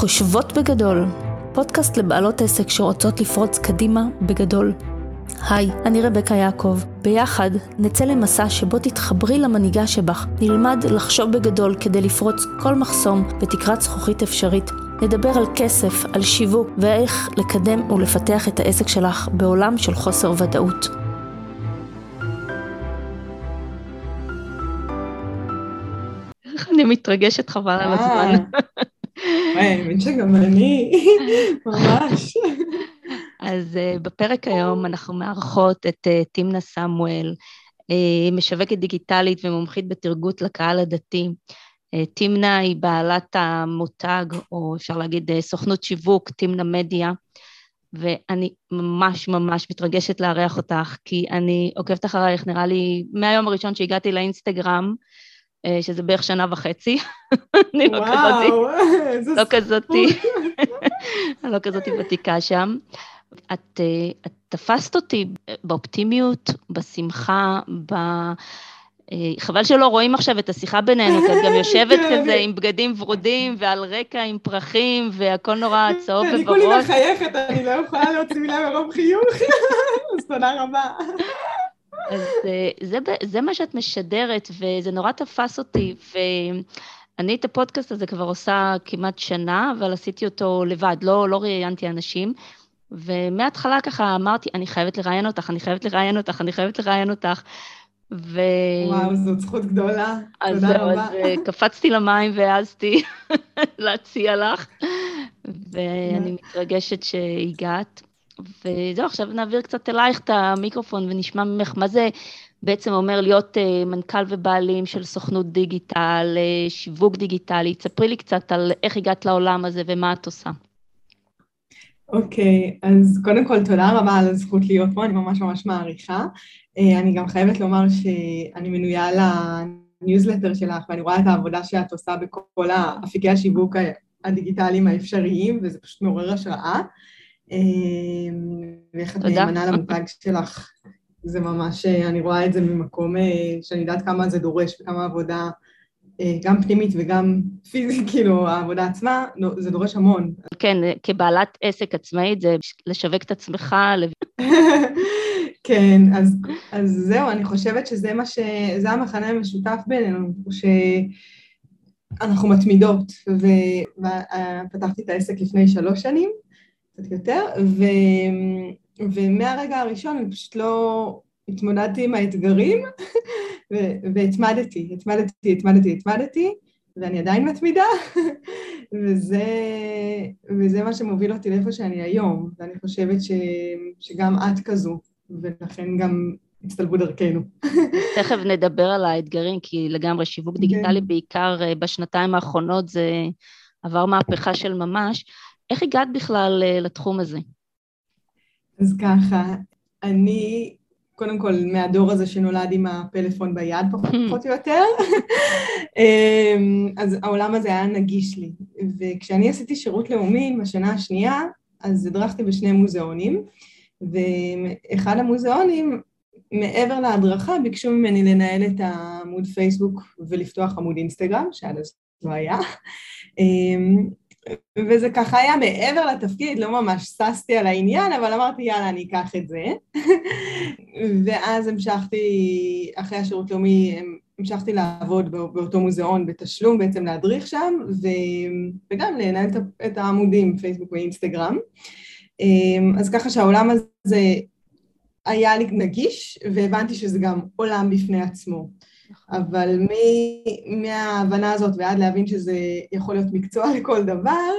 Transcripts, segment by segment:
חושבות בגדול, פודקאסט לבעלות עסק שרוצות לפרוץ קדימה בגדול. היי, אני רבקה יעקב. ביחד נצא למסע שבו תתחברי למנהיגה שבך. נלמד לחשוב בגדול כדי לפרוץ כל מחסום בתקרת זכוכית אפשרית. נדבר על כסף, על שיווק ואיך לקדם ולפתח את העסק שלך בעולם של חוסר ודאות. איך אני מתרגשת חבל על הזמן. האמת שגם אני, ממש. אז בפרק היום אנחנו מארחות את תמנה סמואל, משווקת דיגיטלית ומומחית בתרגות לקהל הדתי. תמנה היא בעלת המותג, או אפשר להגיד סוכנות שיווק, תמנה מדיה, ואני ממש מתרגשת לארח אותך, כי אני עוקבת אחרייך, נראה לי, מהיום הראשון שהגעתי לאינסטגרם, שזה בערך 1.5 שנה, אני לא כזאתי ותיקה שם. את תפסת אותי באופטימיות, בשמחה, חבל שלא רואים עכשיו את השיחה בינינו, כי את גם יושבת כזה עם בגדים ורודים, ועל רקע עם פרחים, והכל נורא צהוב וורוד. אני כולי מחייכת, אני לא יכולה להוציא מילה מרוב חיוך, אז תודה רבה. אז זה מה שאת משדרת, וזה נורא תפס אותי, ואני את הפודקאסט הזה כבר עושה כמעט שנה, אבל עשיתי אותו לבד, לא ראיינתי אנשים, ומההתחלה ככה אמרתי, אני חייבת לראיין אותך, וואו, זאת זכות גדולה, תודה רבה. אז קפצתי למים והעזתי להציע לך, ואני מתרגשת שהגעת. וזהו, עכשיו נעביר קצת אלייך את המיקרופון ונשמע ממך מה זה בעצם אומר להיות מנכ"ל ובעלים של סוכנות דיגיטל, שיווק דיגיטלי. תספרי לי קצת על איך הגעת לעולם הזה ומה את עושה. אוקיי, אז קודם כל תודה רבה על הזכות להיות פה, אני ממש מעריכה. אני גם חייבת לומר שאני מנויה לניוזלטר שלך, ואני רואה את העבודה שאת עושה בכל אפיקי השיווק הדיגיטליים האפשריים, וזה פשוט מעורר השראה. ואיך את נאמנה למותג שלך, זה ממש, אני רואה את זה ממקום שאני יודעת כמה זה דורש וכמה עבודה, גם פנימית וגם פיזית, כאילו העבודה עצמה, זה דורש המון. כן, כבעלת עסק עצמאית זה לשווק את עצמך. כן, אז זהו, אני חושבת שזה זה המחנה המשותף בינינו, שאנחנו מתמידות, ופתחתי את העסק לפני 3 שנים, קצת יותר, ומהרגע הראשון אני פשוט לא התמודדתי עם האתגרים, והתמדתי, ואני עדיין מתמידה, וזה מה שמוביל אותי לאיפה שאני היום, ואני חושבת שגם את כזו, ולכן גם הצטלבו דרכנו. תכף נדבר על האתגרים, כי לגמרי שיווק דיגיטלי, בעיקר בשנתיים האחרונות, זה עבר מהפכה של ממש. איך הגעת בכלל לתחום הזה? אז ככה, אני קודם כל מהדור הזה שנולד עם הפלאפון ביד פחות או יותר, אז העולם הזה היה נגיש לי, וכשאני עשיתי שירות לאומי בשנה השנייה, אז הדרכתי ב2 מוזיאונים, ואחד המוזיאונים, מעבר להדרכה, ביקשו ממני לנהל את העמוד פייסבוק ולפתוח עמוד אינסטגרם, שעד אז לא היה, וזה ככה היה מעבר לתפקיד, לא ממש ססתי על העניין, אבל אמרתי, יאללה, אני אקח את זה. ואז אחרי השירות לאומי, המשכתי לעבוד באותו מוזיאון בתשלום, בעצם להדריך שם, וגם לנהל את העמודים, פייסבוק ואינסטגרם. אז ככה שהעולם הזה היה לי נגיש, והבנתי שזה גם עולם בפני עצמו. אבל מההבנה הזאת ועד להבין שזה יכול להיות מקצוע לכל דבר,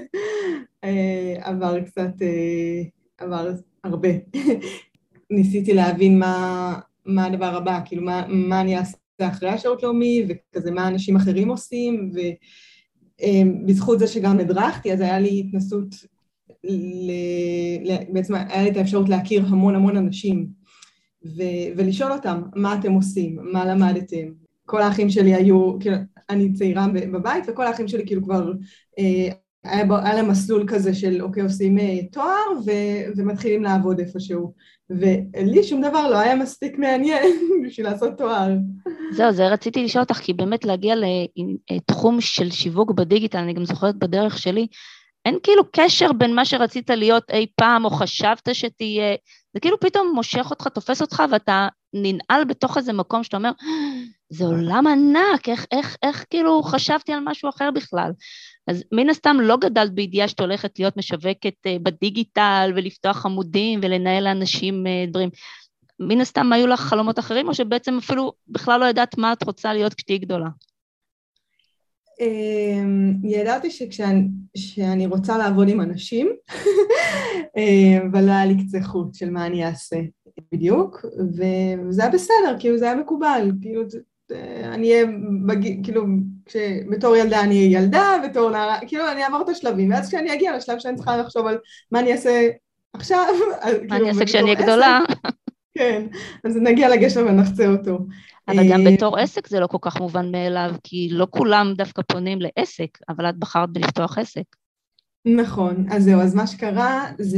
עבר הרבה. ניסיתי להבין מה הדבר הבא, כאילו מה אני אעשה אחרי השירות לאומי, וכזה מה אנשים אחרים עושים, ובזכות זה שגם הדרכתי, אז היה לי התנסות, בעצם היה לי את האפשרות להכיר המון אנשים, ולשאול אותם, מה אתם עושים, מה למדתם. כל האחים שלי היו, כאילו, אני צעירה בבית, וכל האחים שלי כאילו כבר היה להם מסלול כזה של אוקיי, עושים תואר ומתחילים לעבוד איפשהו. ולי שום דבר לא היה מספיק מעניין בשביל לעשות תואר. זהו, זה רציתי לשאול אותך, כי באמת להגיע לתחום של שיווק בדיגיטל, אני גם זוכרת בדרך שלי, אין כאילו קשר בין מה שרצית להיות אי פעם, או חשבת שתהיה, זה כאילו פתאום מושך אותך, תופס אותך, ואתה ננעל בתוך איזה מקום שאתה אומר, זה עולם ענק, איך כאילו חשבתי על משהו אחר בכלל. אז מן הסתם לא גדלת בידיעה שאת הולכת להיות משווקת בדיגיטל, ולפתוח עמודים, ולנהל לאנשים דברים. מן הסתם היו לך חלומות אחרים, או שבעצם אפילו בכלל לא ידעת מה את רוצה להיות כשתהיי גדולה? ידעתי שאני רוצה לעבוד עם אנשים, אבל לא היה לי קצה חוט של מה אני אעשה בדיוק, וזה היה בסדר, כאילו זה היה מקובל, כאילו אני אהיה, כאילו בתור ילדה אני אהיה ילדה, בתור נערה, כאילו אני אעבור את השלבים, ואז כשאני אגיע לשלב שאני צריכה לחשוב על מה אני אעשה עכשיו, מה אני אעשה כשאני אהיה גדולה? כן, אז נגיע לגשר ונחצה אותו. אבל גם בתור עסק זה לא כל כך מובן מאליו, כי לא כולם דווקא פונים לעסק, אבל את בחרת בלפתוח עסק. נכון, אז זהו, אז מה שקרה זה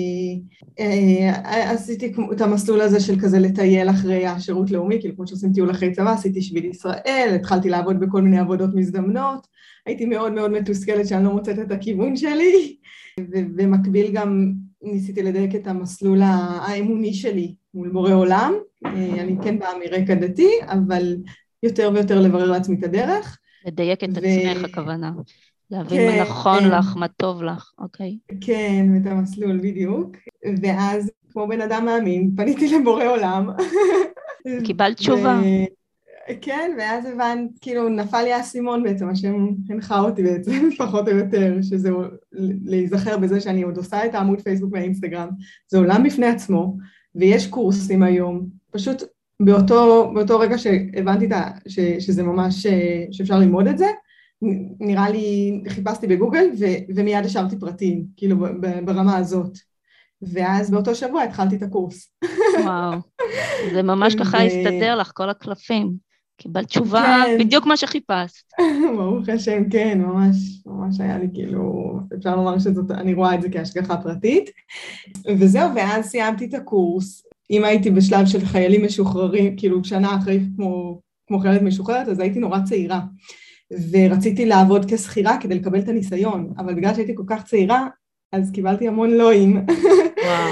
שעשיתי את המסלול הזה של כזה לטייל אחרי השירות לאומי, כאילו כמו שעושים טיול אחרי צבא, עשיתי שביל ישראל, התחלתי לעבוד בכל מיני עבודות מזדמנות, הייתי מאוד מאוד מתוסכלת שאני לא מוצאת את הכיוון שלי, ובמקביל גם ניסיתי לדייק את המסלול האמוני שלי מול בורא עולם, אני כן באה מרקע דתי, אבל יותר ויותר לברר לעצמי את הדרך. לדייק את עצמך הכוונה. להבין מה נכון לך, מה טוב לך, אוקיי. כן, את המסלול בדיוק. ואז, כמו בן אדם מאמין, פניתי לבורא עולם. קיבלת תשובה. כן, ואז הבנת, כאילו נפל לי האסימון בעצם, השם הנחה אותי בעצם, פחות או יותר, שזה להיזכר בזה שאני עוד עושה את העמוד פייסבוק והאינסטגרם. זה עולם בפני עצמו, ויש קורסים היום. פשוט באותו רגע שהבנתי שזה ממש, שאפשר ללמוד את זה, נראה לי, חיפשתי בגוגל ומיד השארתי פרטים, כאילו ברמה הזאת. ואז באותו שבוע התחלתי את הקורס. וואו, זה ממש ככה הסתדר לך, כל הקלפים. קיבלת תשובה, בדיוק מה שחיפשת. ברוך השם, כן, ממש היה לי כאילו, אפשר לומר שזאת, אני רואה את זה כהשגחה פרטית. וזהו, ואז סיימתי את הקורס. אם הייתי בשלב של חיילים משוחררים, כאילו שנה אחרי כמו חיילת משוחררת, אז הייתי נורא צעירה. ורציתי לעבוד כשכירה כדי לקבל את הניסיון, אבל בגלל שהייתי כל כך צעירה, אז קיבלתי המון לואים. וואו.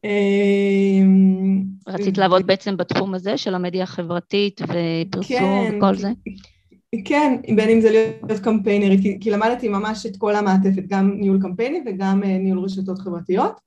רצית לעבוד בעצם בתחום הזה של המדיה החברתית ופרסום וכל זה? כן, בין אם זה להיות קמפיינרית, כי למדתי ממש את כל המעטפת, גם ניהול קמפיינים וגם ניהול רשתות חברתיות,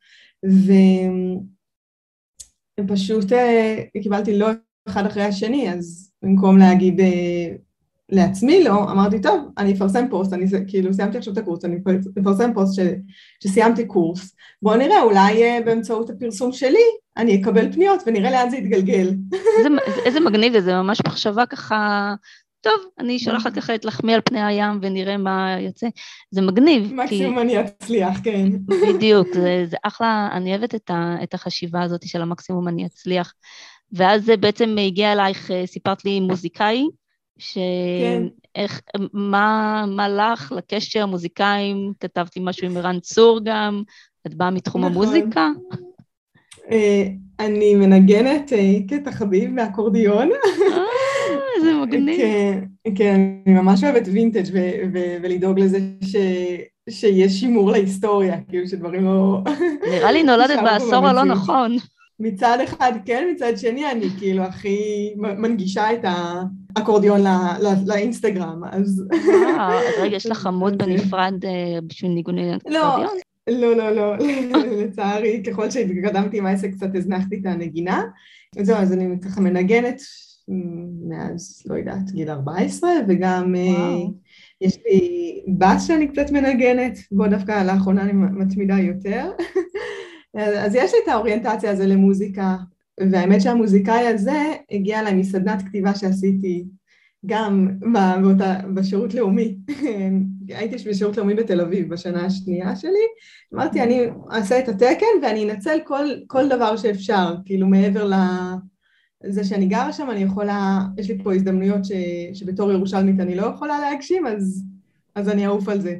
ופשוט קיבלתי לא אחד אחרי השני, אז במקום להגיד לעצמי לא, אמרתי, טוב, אני אפרסם פוסט, אני כאילו סיימתי עכשיו את הקורס, אני אפרסם פוסט שסיימתי קורס, בואו נראה, אולי באמצעות הפרסום שלי, אני אקבל פניות ונראה לאן זה יתגלגל. איזה מגניב, זה ממש מחשבה ככה, טוב, אני שולחת ככה את לחמי על פני הים ונראה מה יוצא, זה מגניב. מקסימום אני אצליח, כן. בדיוק, זה אחלה, אני אוהבת את החשיבה הזאת של המקסימום אני אצליח, ואז זה בעצם הגיע אלייך, סיפרת לי מוזיקאי, מה לך לקשר מוזיקאים, כתבתי משהו עם ערן צור גם, את באה מתחום המוזיקה? אני מנגנת קטע חביב באקורדיון. איזה מגניב. כן, אני ממש אוהבת וינטג' ולדאוג לזה שיש שימור להיסטוריה, כאילו שדברים לא... נראה לי נולדת בעשור הלא נכון. מצד אחד כן, מצד שני אני כאילו הכי מנגישה את האקורדיון לאינסטגרם, אז... אז רגע, יש לך עמוד בנפרד בשביל ניגוני אקורדיון? לא, לצערי, ככל שהתקדמתי עם העסק קצת הזנחתי את הנגינה, זהו, אז אני ככה מנגנת מאז, לא יודעת, גיל 14, וגם יש לי בס שאני קצת מנגנת, בו דווקא לאחרונה אני מתמידה יותר, אז יש לי את האוריינטציה הזו למוזיקה, והאמת שהמוזיקאי הזה הגיע אליי מסדנת כתיבה שעשיתי גם בשירות לאומי. הייתי בשירות לאומי בתל אביב בשנה השנייה שלי, אמרתי אני אעשה את התקן ואני אנצל כל דבר שאפשר, כאילו מעבר לזה שאני גרה שם, אני יכולה, יש לי פה הזדמנויות שבתור ירושלמית אני לא יכולה להגשים, אז אני אעוף על זה.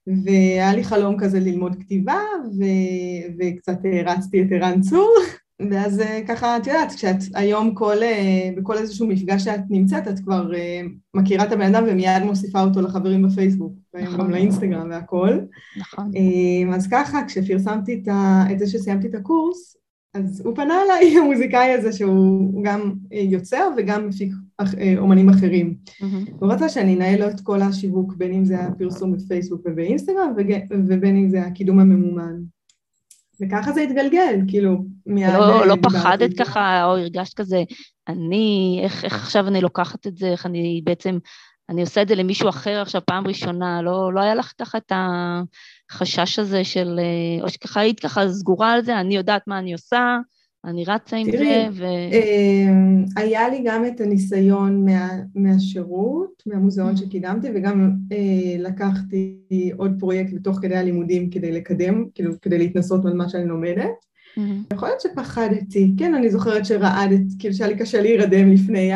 והיה לי חלום כזה ללמוד כתיבה, וקצת רצתי את ערן צור, ואז ככה, את יודעת, כשאת היום בכל איזשהו מפגש שאת נמצאת, את כבר מכירה את הבן אדם ומיד מוסיפה אותו לחברים בפייסבוק, נכון. גם לאינסטגרם והכל. נכון. אז ככה, כשפרסמתי את זה שסיימתי את הקורס, אז הוא פנה אליי, המוזיקאי הזה, שהוא גם יוצר וגם מפיק אומנים אחרים. הוא רצה שאני אנהל לו את כל השיווק, בין אם זה הפרסום בפייסבוק ובאינסטגרם, ובין אם זה הקידום הממומן. וככה זה התגלגל, כאילו, מיד... לא פחדת ככה, או הרגשת כזה, איך עכשיו אני לוקחת את זה, איך אני בעצם, אני עושה את זה למישהו אחר עכשיו פעם ראשונה, לא היה לך ככה את החשש הזה של, או שככה היית ככה סגורה על זה, אני יודעת מה אני עושה, אני רצה עם זה, היה לי גם את הניסיון מהשירות, מהמוזיאון שקידמתי, וגם לקחתי עוד פרויקט בתוך כדי הלימודים כדי לקדם, כאילו כדי להתנסות על מה שאני לומדת. יכול להיות שפחדתי, כן, אני זוכרת שרעדת, כאילו שהיה לי קשה להירדם לפני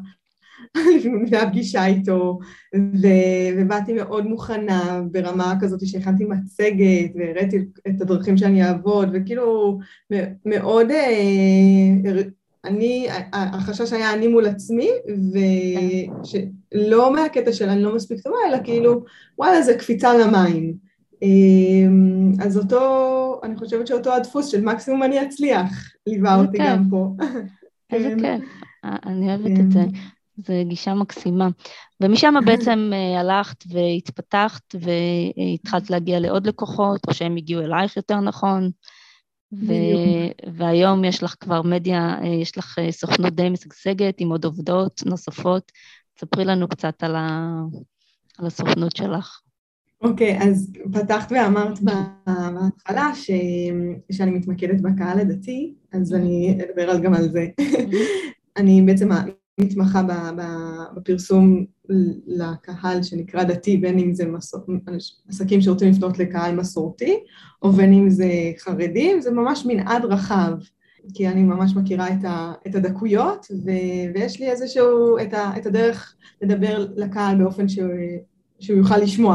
הפגישה איתו, ובאתי מאוד מוכנה ברמה כזאת שהכנתי מצגת, והראיתי את הדרכים שאני אעבוד, וכאילו מאוד, החשש היה אני מול עצמי, ולא מהקטע של אני לא מספיק טובה, אלא כאילו, וואלה, זה קפיצה למים. אז אני חושבת שאותו הדפוס של מקסימום אני אצליח, ליווה אותי גם פה. איזה כיף, אני אוהבת את זה. זו גישה מקסימה. ומשם בעצם הלכת והתפתחת והתחלת להגיע לעוד לקוחות, או שהם הגיעו אלייך יותר נכון, והיום יש לך כבר מדיה, יש לך סוכנות די משגשגת עם עוד עובדות נוספות. תספרי לנו קצת על הסוכנות שלך. אוקיי, אז פתחת ואמרת בהתחלה שאני מתמקדת בקהל הדתי, אז אני אדבר גם על זה. אני בעצם מתמחה בפרסום לקהל שנקרא דתי, בין אם זה עסקים שרוצים לפנות לקהל מסורתי, או בין אם זה חרדים, זה ממש מנעד רחב, כי אני ממש מכירה את הדקויות, ויש לי איזשהו, את הדרך לדבר לקהל באופן שהוא יוכל לשמוע.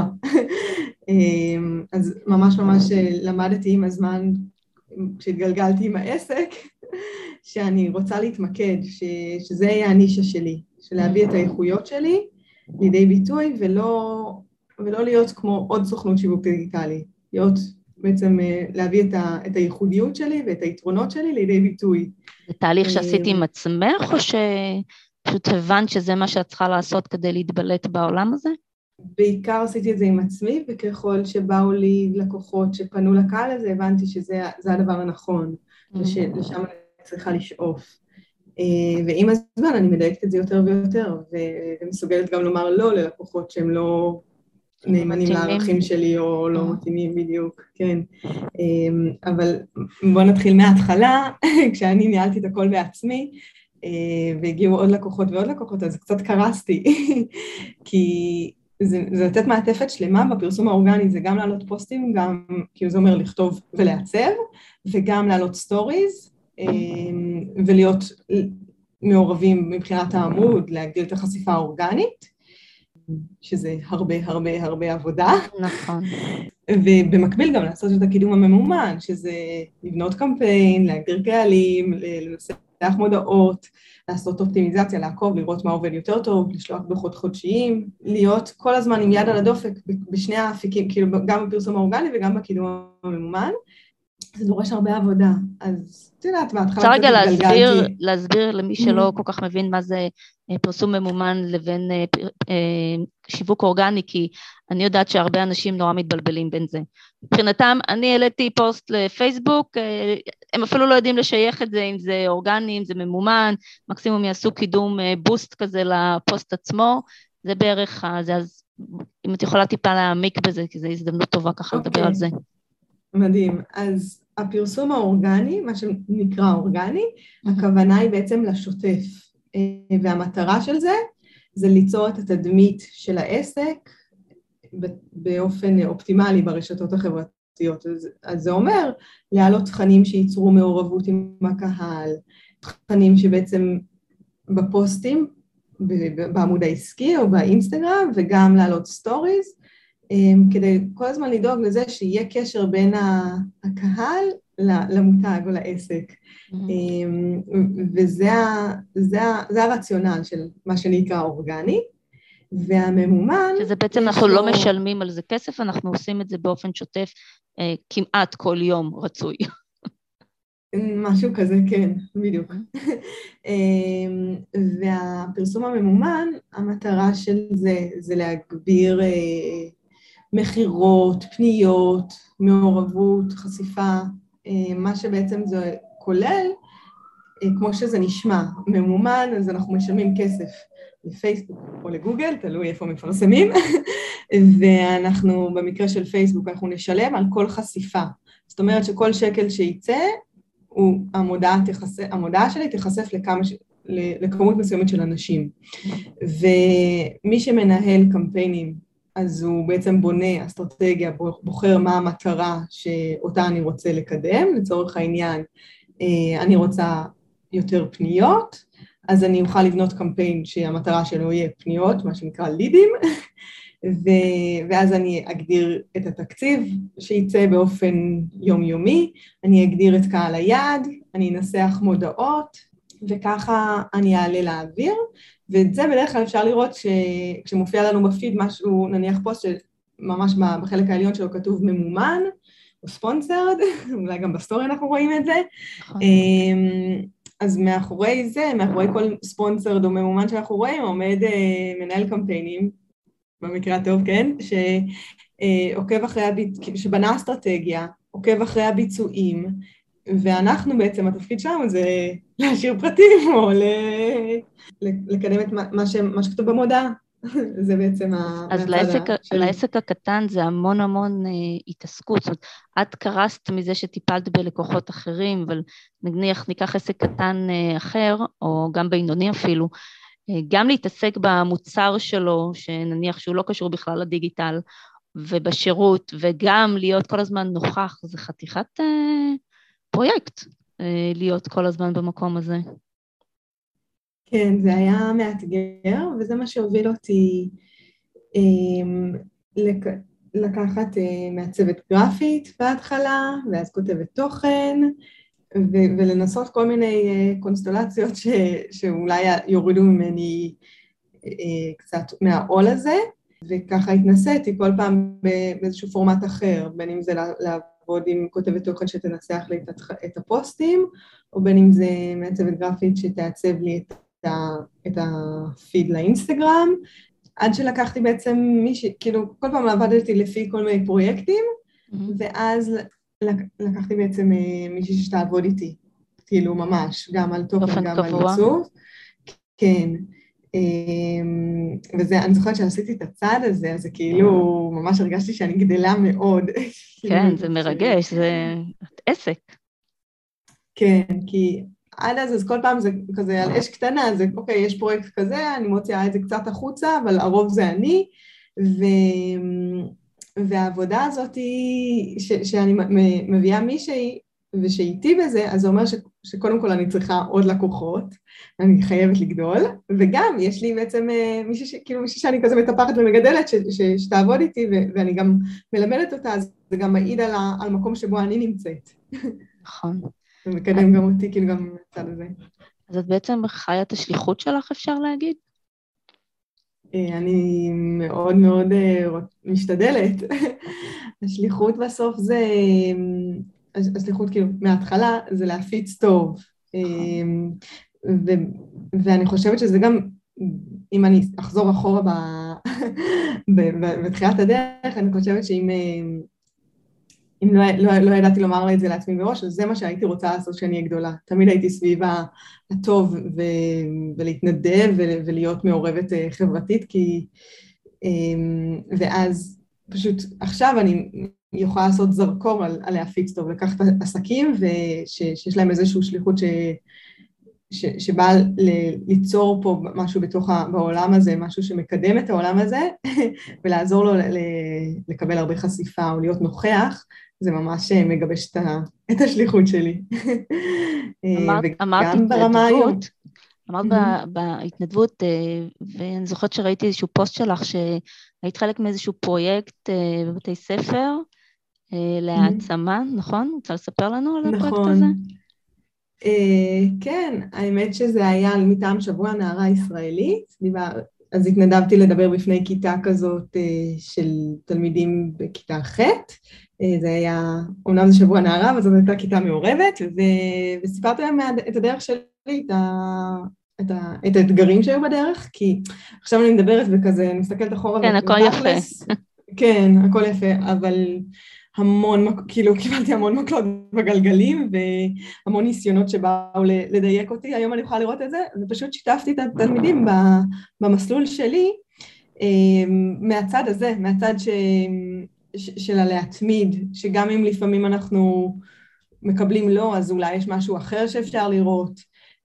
אז ממש למדתי עם הזמן, כשהתגלגלתי עם העסק, שאני רוצה להתמקד, שזה יהיה הנישה שלי, של להביא את האיכויות שלי לידי ביטוי, ולא להיות כמו עוד סוכנות שיווק דיגיטלי, להיות בעצם להביא את הייחודיות שלי ואת היתרונות שלי לידי ביטוי. זה תהליך שעשית עם עצמך, או שפשוט הבנת שזה מה שאת צריכה לעשות כדי להתבלט בעולם הזה? בעיקר עשיתי את זה עם עצמי, וככל שבאו לי לקוחות שפנו לקהל הזה, הבנתי שזה הדבר הנכון, ושלשם אני צריכה לשאוף. ועם הזמן אני מדייקת את זה יותר ויותר, ומסוגלת גם לומר לא ללקוחות שהם לא נאמנים לערכים שלי, או לא מתאימים בדיוק, כן. אבל בוא נתחיל מההתחלה, כשאני ניהלתי את הכל בעצמי, והגיעו עוד לקוחות ועוד לקוחות, אז קצת קרסתי, כי זה לתת מעטפת שלמה בפרסום האורגני, זה גם לעלות פוסטים, גם, כאילו זה אומר לכתוב ולעצב, וגם לעלות סטוריז, ולהיות מעורבים מבחינת העמוד, להגדיל את החשיפה האורגנית, שזה הרבה עבודה. נכון. ובמקביל גם לעשות את הקידום הממומן, שזה לבנות קמפיין, להגדיר קהלים, לנסח מודעות, לעשות אופטימיזציה, לעקוב, לראות מה עובד יותר טוב, לשלוח דוחות חודשיים, להיות כל הזמן עם יד על הדופק בשני האפיקים, כאילו גם בפרסום האורגני וגם בקידום הממומן. זה דורש הרבה עבודה, אז תדעת, בהתחלה קצת התגלגלתי. אפשר רגע להסביר למי שלא כל כך מבין מה זה פרסום ממומן לבין שיווק אורגני, כי אני יודעת שהרבה אנשים נורא מתבלבלים בין זה. מבחינתם, אני העליתי פוסט לפייסבוק, הם אפילו לא יודעים לשייך את זה, אם זה אורגני, אם זה ממומן, מקסימום יעשו קידום בוסט כזה לפוסט עצמו, זה בערך, אז אם את יכולה טיפה להעמיק בזה, כי זו הזדמנות טובה ככה לדבר על זה. מדהים. אז הפרסום האורגני, מה שנקרא אורגני, הכוונה היא בעצם לשוטף, והמטרה של זה, זה ליצור את התדמית של העסק באופן אופטימלי ברשתות החברתיות. אז זה אומר להעלות תכנים שייצרו מעורבות עם הקהל, תכנים שבעצם בפוסטים, בעמוד העסקי או באינסטגרם, וגם להעלות סטוריז, כדי כל הזמן לדאוג לזה שיהיה קשר בין הקהל למותג או לעסק. וזה הרציונל של מה שנקרא אורגני, והממומן... שזה בעצם אנחנו לא משלמים על זה כסף, אנחנו עושים את זה באופן שוטף כמעט כל יום רצוי. משהו כזה, כן, בדיוק. והפרסום הממומן, המטרה של זה להגביר מחירות, פניות, מעורבות, חשיפה, מה שבעצם זה כולל, כמו שזה נשמע, ממומן, אז אנחנו משלמים כסף לפייסבוק או לגוגל, תלוי איפה מפרסמים, ואנחנו, במקרה של פייסבוק, אנחנו נשלם על כל חשיפה. זאת אומרת שכל שקל שייצא, המודעה שלי תיחשף לכמות מסוימת של אנשים. ומי שמנהל קמפיינים, אז הוא בעצם בונה אסטרטגיה, בוחר מה המטרה שאותה אני רוצה לקדם. לצורך העניין, אני רוצה יותר פניות, אז אני אוכל לבנות קמפיין שהמטרה שלו יהיה פניות, מה שנקרא לידים, ואז אני אגדיר את התקציב שייצא באופן יומיומי, אני אגדיר את קהל היעד, אני אנסח מודעות, וככה אני אעלה לאוויר, ואת זה בדרך כלל אפשר לראות כשמופיע לנו בפיד משהו, נניח פוסט שממש בחלק העליון שלו כתוב ממומן, או ספונסרד, אולי גם בסטורי אנחנו רואים את זה, אז מאחורי זה, מאחורי כל ספונסרד או ממומן שאנחנו רואים, עומד מנהל קמפיינים, במקרה הטוב, כן? שעוקב אחרי שבנה אסטרטגיה, עוקב אחרי הביצועים, ואנחנו בעצם, התפקיד שלנו זה להשאיר פרטים, או לקדם את מה שכתוב במודעה. זה בעצם אז לעסק הקטן זה המון המון התעסקות. זאת אומרת, את קרסת מזה שטיפלת בלקוחות אחרים, אבל נניח ניקח עסק קטן אחר, או גם בינוני אפילו, גם להתעסק במוצר שלו, שנניח שהוא לא קשור בכלל לדיגיטל, ובשירות, וגם להיות כל הזמן נוכח, זה חתיכת פרויקט, להיות כל הזמן במקום הזה. כן, זה היה מאתגר, וזה מה שהוביל אותי לקחת מעצבת גרפית בהתחלה, ואז כותבת תוכן, ולנסות כל מיני קונסטלציות שאולי יורידו ממני קצת מהעול הזה, וככה התנסיתי כל פעם באיזשהו פורמט אחר, בין אם זה לעבוד עם כותבת תוכן שתנסח לי את הפוסטים, או בין אם זה מעצבת גרפית שתעצב לי את הפיד לאינסטגרם, עד שלקחתי בעצם כאילו כל פעם עבדתי לפי כל מיני פרויקטים, ואז לקחתי בעצם מישהי שתעבוד איתי, כאילו ממש, גם על תוכן, גם על עיצוב. כן. וזה, אני זוכרת שעשיתי את הצעד הזה, אז זה כאילו, ממש הרגשתי שאני גדלה מאוד. כן, זה מרגש, זה עסק. כן, כי עד אז כל פעם זה כזה על אש קטנה, זה אוקיי, יש פרויקט כזה, אני מוציאה את זה קצת החוצה, אבל הרוב זה אני, והעבודה הזאת שאני מביאה מישהי, ושאיתי בזה, אז זה אומר שקודם כל אני צריכה עוד לקוחות, אני חייבת לגדול, וגם יש לי בעצם מישהי שאני כזה מטפחת ומגדלת, שתעבוד איתי, ואני גם מלמדת אותה, אז זה גם מעיד על מקום שבו אני נמצאת. נכון. ומקדם גם אותי, כאילו גם מצד הזה. אז את בעצם חיה את השליחות שלך, אפשר להגיד? אני מאוד מאוד משתדלת. השליחות בסוף זה, השליחות כאילו מההתחלה זה להפיץ טוב. ואני חושבת שזה גם, אם אני אחזור אחורה בתחילת הדרך, אני חושבת שאם לא ידעתי לומר את זה לעצמי מראש, אז זה מה שהייתי רוצה לעשות כשאני אהיה גדולה. תמיד הייתי סביב הטוב ולהתנדב ולהיות מעורבת חברתית, ואז פשוט עכשיו אני יכולה לעשות זרקור על להפיץ טוב, לקחת עסקים שיש להם איזושהי שליחות שבא ליצור פה משהו בעולם הזה, משהו שמקדם את העולם הזה, ולעזור לו לקבל הרבה חשיפה או להיות נוכח, זה ממש מגבש את השליחות שלי. אמרת התנדבות, אמרת בהתנדבות, ואני זוכרת שראיתי איזשהו פוסט שלך, שהיית חלק מאיזשהו פרויקט בבתי ספר, להעצמה, נכון? רוצה לספר לנו על הפרויקט הזה? נכון. כן, האמת שזה היה מטעם שבוע הנערה הישראלית, אז התנדבתי לדבר בפני כיתה כזאת של תלמידים בכיתה ח', זה היה, אומנם זה שבוע נערה, אבל זאת הייתה כיתה מעורבת, וסיפרתי להם את הדרך שלי, את האתגרים שהיו בדרך, כי עכשיו אני מדברת וכזה, אני מסתכלת אחורה, כן, הכל יפה. כן, הכל יפה, אבל כאילו קיבלתי המון מקלות בגלגלים, והמון ניסיונות שבאו לדייק אותי, היום אני יכולה לראות את זה, ופשוט שיתפתי את התלמידים במסלול שלי, מהצד הזה, מהצד של להתמיד, שגם אם לפעמים אנחנו מקבלים לא, אז אולי יש משהו אחר שאפשר לראות,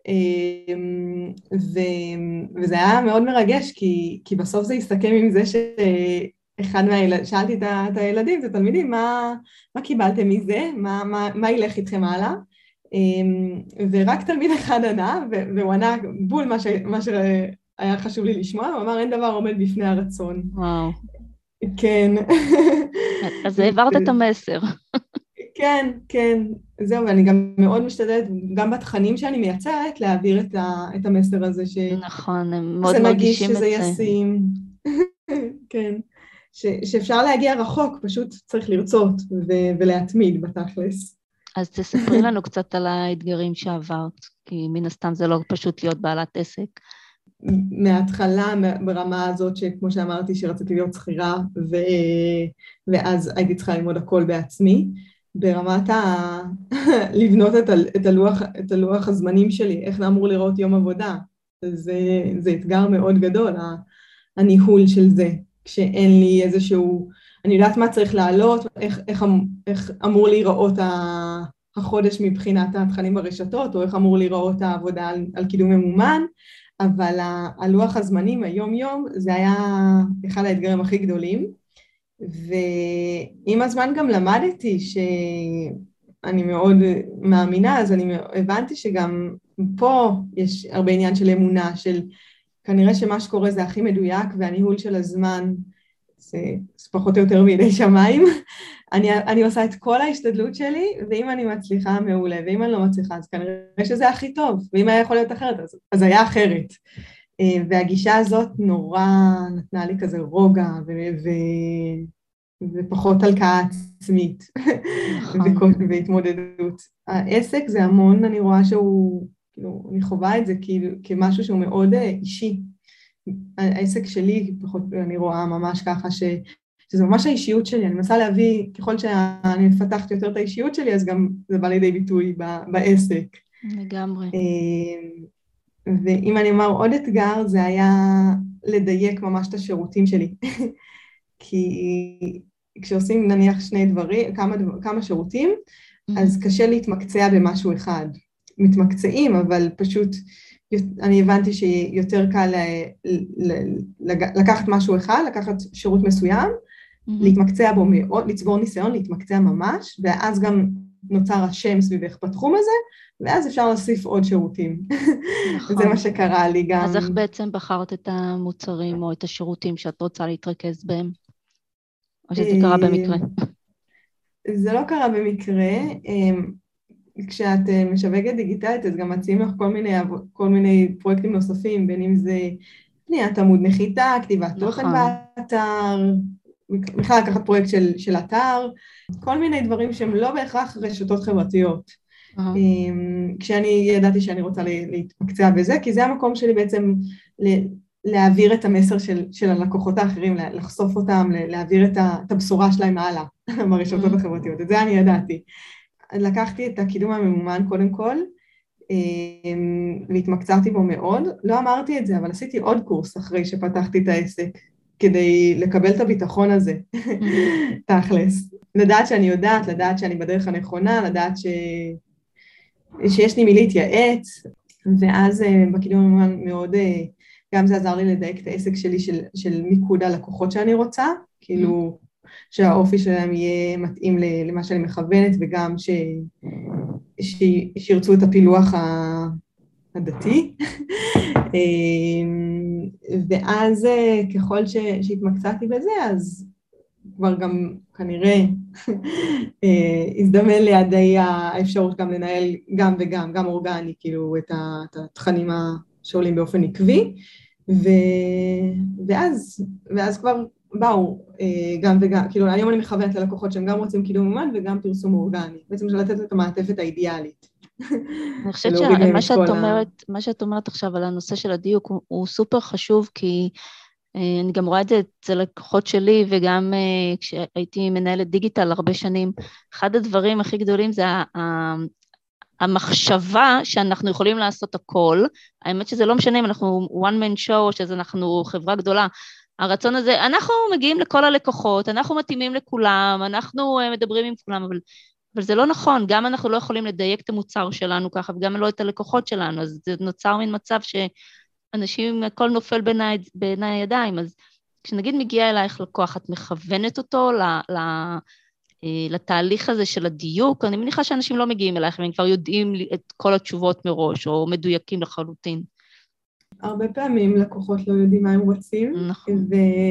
וזה היה מאוד מרגש, כי בסוף זה הסתכם עם זה שאלתי את הילדים, את התלמידים, מה קיבלתם מזה, מה ילך איתכם הלאה, ורק תלמיד אחד ענה, והוא ענה בול מה שהיה חשוב לי לשמוע, הוא אמר, אין דבר עומד בפני הרצון. וואו. כן. כן. אז העברת את המסר. כן, כן, זהו, ואני גם מאוד משתדלת, גם בתכנים שאני מייצרת, להעביר את המסר הזה, נכון, הם מאוד מרגישים את זה. שזה ישים, כן, שאפשר להגיע רחוק, פשוט צריך לרצות ולהתמיד בתכלס. אז תספרי לנו קצת על האתגרים שעברת, כי מן הסתם זה לא פשוט להיות בעלת עסק. מההתחלה, ברמה הזאת שכמו שאמרתי, שרציתי להיות שכירה, ואז הייתי צריכה ללמוד הכל בעצמי, ברמת לבנות את הלוח הזמנים שלי, איך אמור לראות יום עבודה. זה אתגר מאוד גדול, הניהול של זה, כשאין לי איזשהו, אני יודעת מה צריך לעלות, איך אמור להיראות החודש מבחינת התכנים ברשתות, או איך אמור להיראות העבודה על קידום ממומן, אבל הלוח הזמנים היום-יום, זה היה אחד האתגרים הכי גדולים, ועם הזמן גם למדתי שאני מאוד מאמינה, אז אני הבנתי שגם פה יש הרבה עניין של אמונה, של כנראה שמה שקורה זה הכי מדויק, והניהול של הזמן זה פחות או יותר בידי שמיים. אני עושה את כל ההשתדלות שלי, ואם אני מצליחה מעולה, ואם אני לא מצליחה, אז כנראה שזה הכי טוב, ואם היה יכול להיות אחרת, אז היה אחרת. והגישה הזאת נורא נתנה לי כזה רוגע, ופחות הלקאה עצמית, והתמודדות. העסק זה המון, אני רואה שהוא, כאילו, אני חווה את זה כמשהו שהוא מאוד אישי. העסק שלי, פחות, אני רואה ממש ככה שזה ממש האישיות שלי, אני מנסה להביא, ככל שאני מפתחת יותר את האישיות שלי, אז גם זה בא לידי ביטוי בעסק. לגמרי. ואם אני אומר עוד אתגר, זה היה לדייק ממש את השירותים שלי. כי כשעושים נניח שני דברים, כמה שירותים, אז קשה להתמקצע במשהו אחד. מתמקצעים, אבל פשוט אני הבנתי שיותר קל לקחת משהו אחד, לקחת שירות מסוים, להתמקצע בו מאוד, לצבור ניסיון, להתמקצע ממש, ואז גם נוצר השם סביבך בתחום הזה, ואז אפשר להוסיף עוד שירותים. נכון. זה מה שקרה לי גם. אז איך בעצם בחרת את המוצרים או את השירותים שאת רוצה להתרכז בהם? או שזה קרה במקרה? זה לא קרה במקרה. כשאת משווקת דיגיטלית, אז גם מציעים לך כל מיני פרויקטים נוספים, בין אם זה בניית עמוד נחיתה, כתיבת תוכן באתר, בכלל לקחת פרויקט של אתר, כל מיני דברים שהם לא בהכרח רשתות חברתיות. כשאני ידעתי שאני רוצה להתמקצע בזה, כי זה המקום שלי בעצם להעביר את המסר של הלקוחות האחרים, לחשוף אותם, להעביר את הבשורה שלהם הלאה ברשתות החברתיות. את זה אני ידעתי. לקחתי את הקידום הממומן קודם כל, והתמקצעתי בו מאוד. לא אמרתי את זה, אבל עשיתי עוד קורס אחרי שפתחתי את העסק, כדי לקבל את הביטחון הזה, תכלס. לדעת שאני יודעת, לדעת שאני בדרך הנכונה, לדעת שיש לי מי להתייעץ, ואז בקידום הממומן מאוד, גם זה עזר לי לדייק את העסק שלי של מיקוד הלקוחות שאני רוצה, כאילו שהאופי שלהם יהיה מתאים למה שאני מכוונת, וגם שירצו את הפילוח הדתי. ואז ככל שהתמקצעתי בזה, אז כבר גם כנראה הזדמן לידי האפשרות גם לנהל גם וגם, גם אורגני, כאילו את התכנים שעולים באופן עקבי, ואז כבר באו גם וגם, כאילו היום אני מכוונת ללקוחות שהם גם רוצים קידום אומן וגם פרסום אורגני, בעצם של לתת את המעטפת האידיאלית. אני חושבת שמה שאת אומרת עכשיו על הנושא של הדיוק הוא סופר חשוב, כי אני גם רואה את זה אצל לקוחות שלי, וגם כשהייתי מנהלת דיגיטל הרבה שנים, אחד הדברים הכי גדולים זה המחשבה שאנחנו יכולים לעשות הכל. האמת שזה לא משנה אם אנחנו one man show או שזה אנחנו חברה גדולה, הרצון הזה, אנחנו מגיעים לכל הלקוחות, אנחנו מתאימים לכולם, אנחנו מדברים עם כולם, אבל זה לא נכון, גם אנחנו לא יכולים לדייק את המוצר שלנו ככה, וגם לא את הלקוחות שלנו, אז זה נוצר מין מצב שאנשים, הכל נופל בין הידיים, אז כשנגיד מגיע אלייך לקוח, את מכוונת אותו לתהליך הזה של הדיוק, אני מניחה שאנשים לא מגיעים אלייך, והם כבר יודעים את כל התשובות מראש, או מדויקים לחלוטין. הרבה פעמים לקוחות לא יודעים מה הם רוצים, נכון.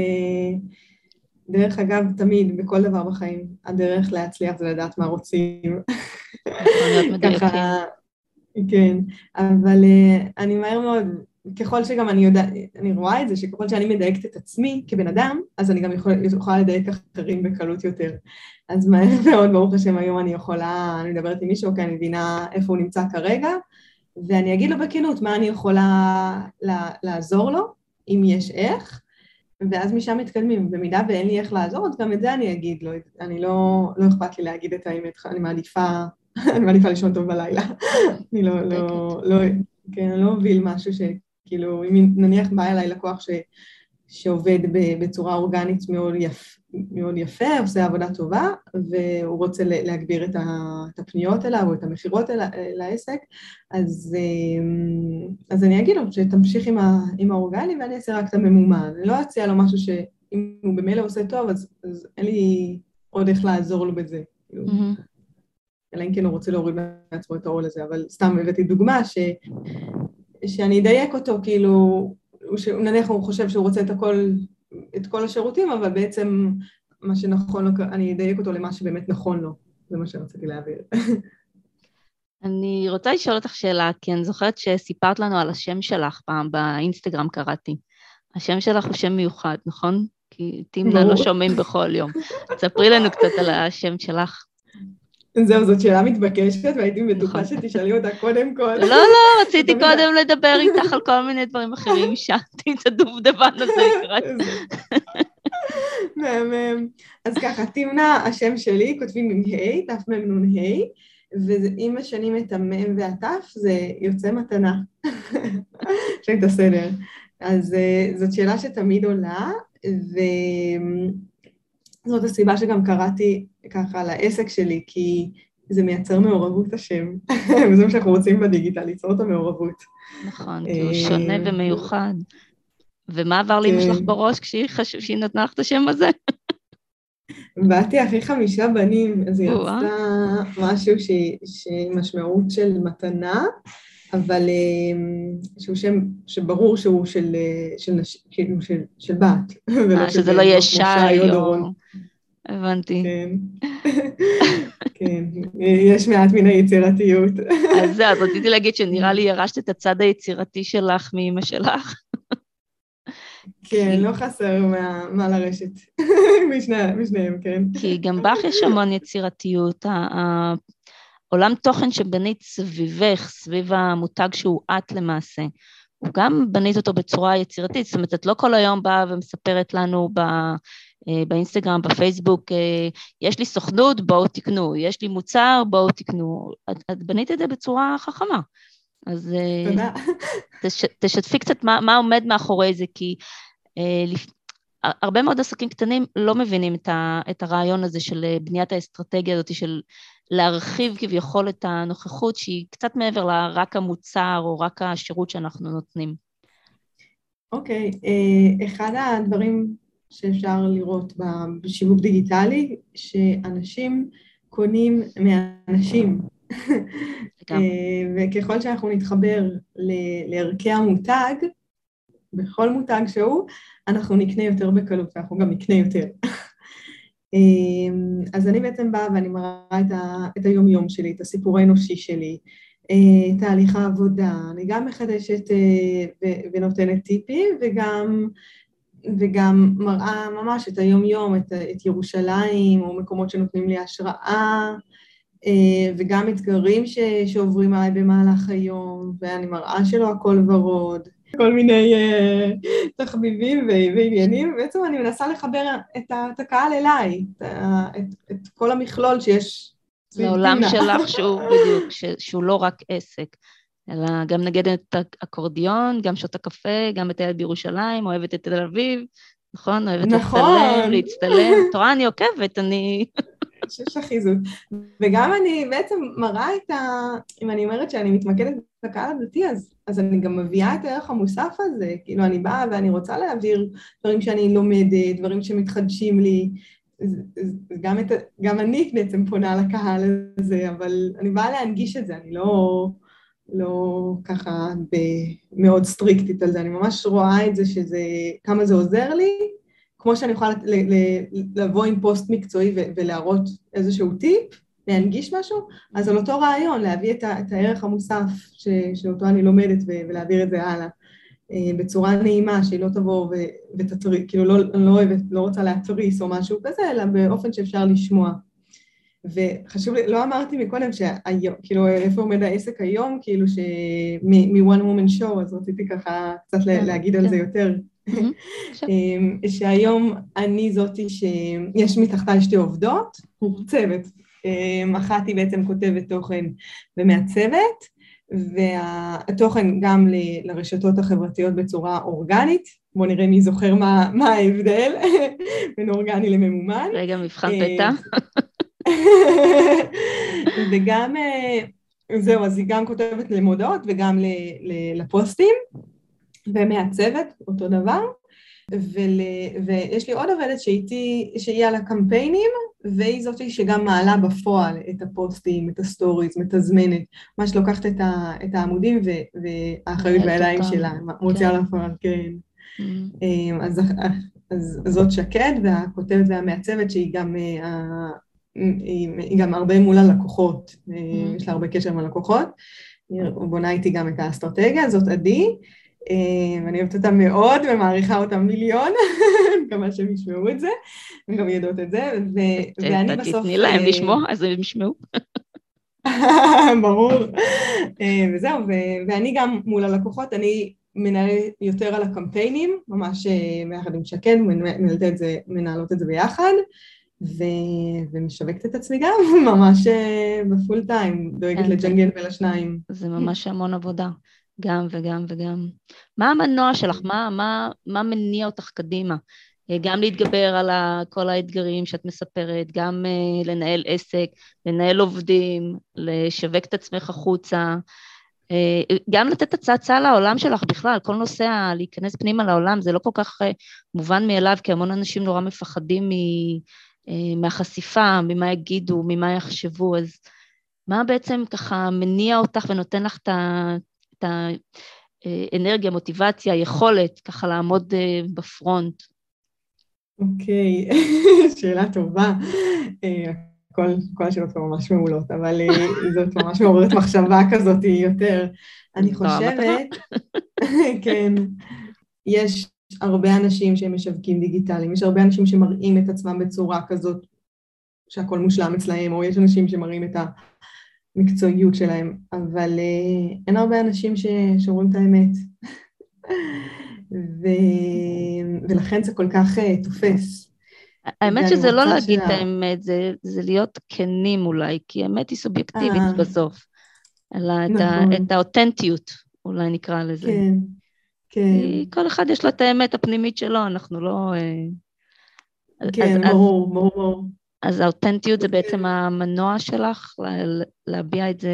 ודרך אגב, תמיד, בכל דבר בחיים, הדרך להצליח זה לדעת מה רוצים. נכון, להיות מדויקים. כן, אבל אני מהר מאוד, ככל שגם אני רואה את זה, שככל שאני מדייקת את עצמי כבן אדם, אז אני גם יכולה לדייק אחרים בקלות יותר. אז מהר מאוד, ברוך השם, היום אני מדברת עם מישהו, כי אני מבינה איפה הוא נמצא כרגע, ואני אגיד לו בכנות מה אני יכולה לעזור לו, אם יש איך, ואז משם מתקדמים. במידה ואין לי איך לעזור, אז גם את זה אני אגיד לו. אני לא אכפת לי להגיד את האמת, אני מעדיפה לישון טוב בלילה. אני לא מוביל משהו שכאילו, אם נניח בא אליי לקוח שעובד בצורה אורגנית מאוד יפה, עושה עבודה טובה, והוא רוצה להגביר את הפניות אליו או את המחירות לעסק, אז אני אגיד לו שתמשיך עם האורגני ואני אעשה רק את הממומן. אני לא אציע לו משהו שאם הוא במילא עושה טוב, אז אין לי עוד איך לעזור לו בזה. אלא אם כן הוא רוצה להוריד מעצמו את העול הזה, אבל סתם הבאתי דוגמה שאני אדייק אותו, כאילו, נניח הוא חושב שהוא רוצה את כל השירותים, אבל בעצם מה שנכון לו, אני אדייק אותו למה שבאמת נכון לו. זה מה שרציתי להעביר. אני רוצה לשאול אותך שאלה, כי אני זוכרת שסיפרת לנו על השם שלך פעם, באינסטגרם קראתי. השם שלך הוא שם מיוחד, נכון? כי תמנה לא שומעים בכל יום. תספרי לנו קצת על השם שלך. זהו, זאת שאלה מתבקשת, והייתי בטוחה שתשאלי אותה קודם כל. לא, רציתי קודם לדבר איתך על כל מיני דברים אחרים, שאלתי את הדובדבן הזה, מהמם. אז ככה, תמנה, השם שלי, כותבים עם ה', תף מם נון ה', ואם משנים את המם והתף, זה יוצא מתנה. יש לי את הסדר. אז זאת שאלה שתמיד עולה, וזאת הסיבה שגם קראתי ככה לעסק שלי, כי זה מייצר מעורבות השם, וזה מה שאנחנו רוצים בדיגיטל, ליצור את המעורבות. נכון, כי הוא שונה ומיוחד. ומה עבר לאמא שלך בראש כשהיא נתנה לך את השם הזה? באתי אחרי 5 בנים, אז היא רצתה משהו שהיא משמעות של מתנה, אבל שהוא שם שברור שהוא של בת. שזה לא יהיה שי או... הבנתי. כן, יש מעט מן היצירתיות. אז זהו, אז רציתי להגיד שנראה לי ירשת את הצד היצירתי שלך מאמא שלך. כן, לא חסר מה לרשת, משניהם, כן. כי גם בך יש המון יצירתיות, העולם תוכן שבנית סביבך, סביב המותג שהוא את למעשה, הוא גם בנית אותו בצורה יצירתית, זאת אומרת, את לא כל היום באה ומספרת לנו באינסטגרם, בפייסבוק, יש לי סוכנות, בואו תקנו, יש לי מוצר, בואו תקנו, את בנית את זה בצורה חכמה. אז תשתפי קצת מה עומד מאחורי זה, כי הרבה מאוד עסקים קטנים לא מבינים את הרעיון הזה של בניית האסטרטגיה הזאת, של להרחיב כביכול את הנוכחות, שהיא קצת מעבר לרק המוצר או רק השירות שאנחנו נותנים. אוקיי, אחד הדברים שאפשר לראות בשיווק דיגיטלי, שאנשים קונים מאנשים. וככל שאנחנו נתחבר לערכי המותג, בכל מותג שהוא, אנחנו נקנה יותר בקלות, ואנחנו גם נקנה יותר. אז אני בעצם באה ואני מראה את היום-יום שלי, את הסיפור האנושי שלי, תהליך העבודה, אני גם מחדשת ונותנת טיפים, וגם מראה ממש את היום-יום, את ירושלים, או מקומות שנותנים לי השראה, וגם אתגרים שעוברים עליי במהלך היום, ואני מראה שלא הכל ורוד, כל מיני תחביבים ועניינים, ובעצם אני מנסה לחבר את הקהל אליי, את כל המכלול שיש לעולם שלך שהוא בדיוק, שהוא לא רק עסק, אלא גם נגדת את האקורדיון, גם שותה קפה, גם מטיילת בירושלים, אוהבת את תל אביב, נכון? אוהבת לצלם, להצטלם, תורה אני עוקבת, אני... שיש לך חיזוק. וגם אני בעצם מראה אם אני אומרת שאני מתמקדת בקהל הדתי, אז אני גם מביאה את הערך המוסף הזה, כאילו אני באה ואני רוצה להעביר דברים שאני לומדת, דברים שמתחדשים לי, גם אני בעצם פונה לקהל הזה, אבל אני באה להנגיש את זה, אני לא ככה מאוד סטריקטית על זה, אני ממש רואה את זה כמה זה עוזר לי, כמו שאני יכולה לבוא עם פוסט מקצועי ולהראות איזשהו טיפ, להנגיש משהו, אז על אותו רעיון, להביא את הערך המוסף שאותו אני לומדת ולהעביר את זה הלאה, בצורה נעימה, שהיא לא תבוא ותטריס, כאילו אני לא רוצה להתריס או משהו כזה, אלא באופן שאפשר לשמוע. וחשוב לי, לא אמרתי מקודם כאילו איפה עומד העסק היום, כאילו מ-one woman show, אז רציתי ככה קצת להגיד על זה יותר. שהיום אני זאתי שיש מתחתיי 2 עובדות, צוות. אחת היא בעצם כותבת תוכן ומעצבת, והתוכן גם לרשתות החברתיות בצורה אורגנית. בואו נראה מי זוכר מה ההבדל בין אורגני לממומן. רגע, מבחן פתע. וגם, זהו, אז היא גם כותבת למודעות וגם לפוסטים, ומעצבת, אותו דבר. ויש לי עוד עובדת שהיא על הקמפיינים, והיא זאת שגם מעלה בפועל את הפוסטים, את הסטוריז, מתזמנת, ממש לוקחת את העמודים והאחריות בידיים שלה, מוציאה לפועל, כן. אז זאת שקד, והכותבת והמעצבת שהיא גם הרבה מול הלקוחות, יש לה הרבה קשר עם הלקוחות, היא בונה איתי גם את האסטרטגיה, זאת עדי, ואני אוהבת אותה מאוד ומעריכה אותה מיליון, כמה שהם ישמעו את זה, הם גם יודעות את זה, ואני בסוף... תתני להם לשמוע, אז הם ישמעו. ברור. וזהו, ואני גם מול הלקוחות, אני מנהלת יותר על הקמפיינים, ממש ביחד עם שקד, מנהלות את זה ביחד, ומשווקת את עצמי גם, ממש בפול טיים, דואגת לג'נגל ולשניים. זה ממש המון עבודה. גם וגם וגם. מה המנוע שלך? מה מניע אותך קדימה? גם להתגבר על כל האתגרים שאת מספרת, גם לנהל עסק, לנהל עובדים, לשווק את עצמך החוצה, גם לתת הצעה לעולם שלך בכלל, כל נושא להיכנס פנימה לעולם, זה לא כל כך מובן מאליו, כי המון אנשים נורא מפחדים מהחשיפה, ממה יגידו, ממה יחשבו, אז מה בעצם ככה מניע אותך ונותן לך את האנרגיה, מוטיבציה, יכולת, ככה לעמוד בפרונט? אוקיי, שאלה טובה. כל השאלות פה ממש מעולות, אבל זאת ממש מעוררת מחשבה כזאת יותר. אני חושבת, כן, יש הרבה אנשים שהם משווקים דיגיטליים, יש הרבה אנשים שמראים את עצמם בצורה כזאת, שהכל מושלם אצלהם, או יש אנשים שמראים את המקצועיות שלהם, אבל אין הרבה אנשים שאומרים את האמת. ולכן זה כל כך תופס. האמת שזה לא להגיד את האמת, זה להיות כנים אולי, כי האמת היא סובייקטיבית בסוף, אלא את האותנטיות, אולי נקרא לזה. כן, כן. כל אחד יש לה את האמת הפנימית שלו, אנחנו לא... כן, ברור. אז האותנטיות זה בעצם המנוע שלך, להביע את זה...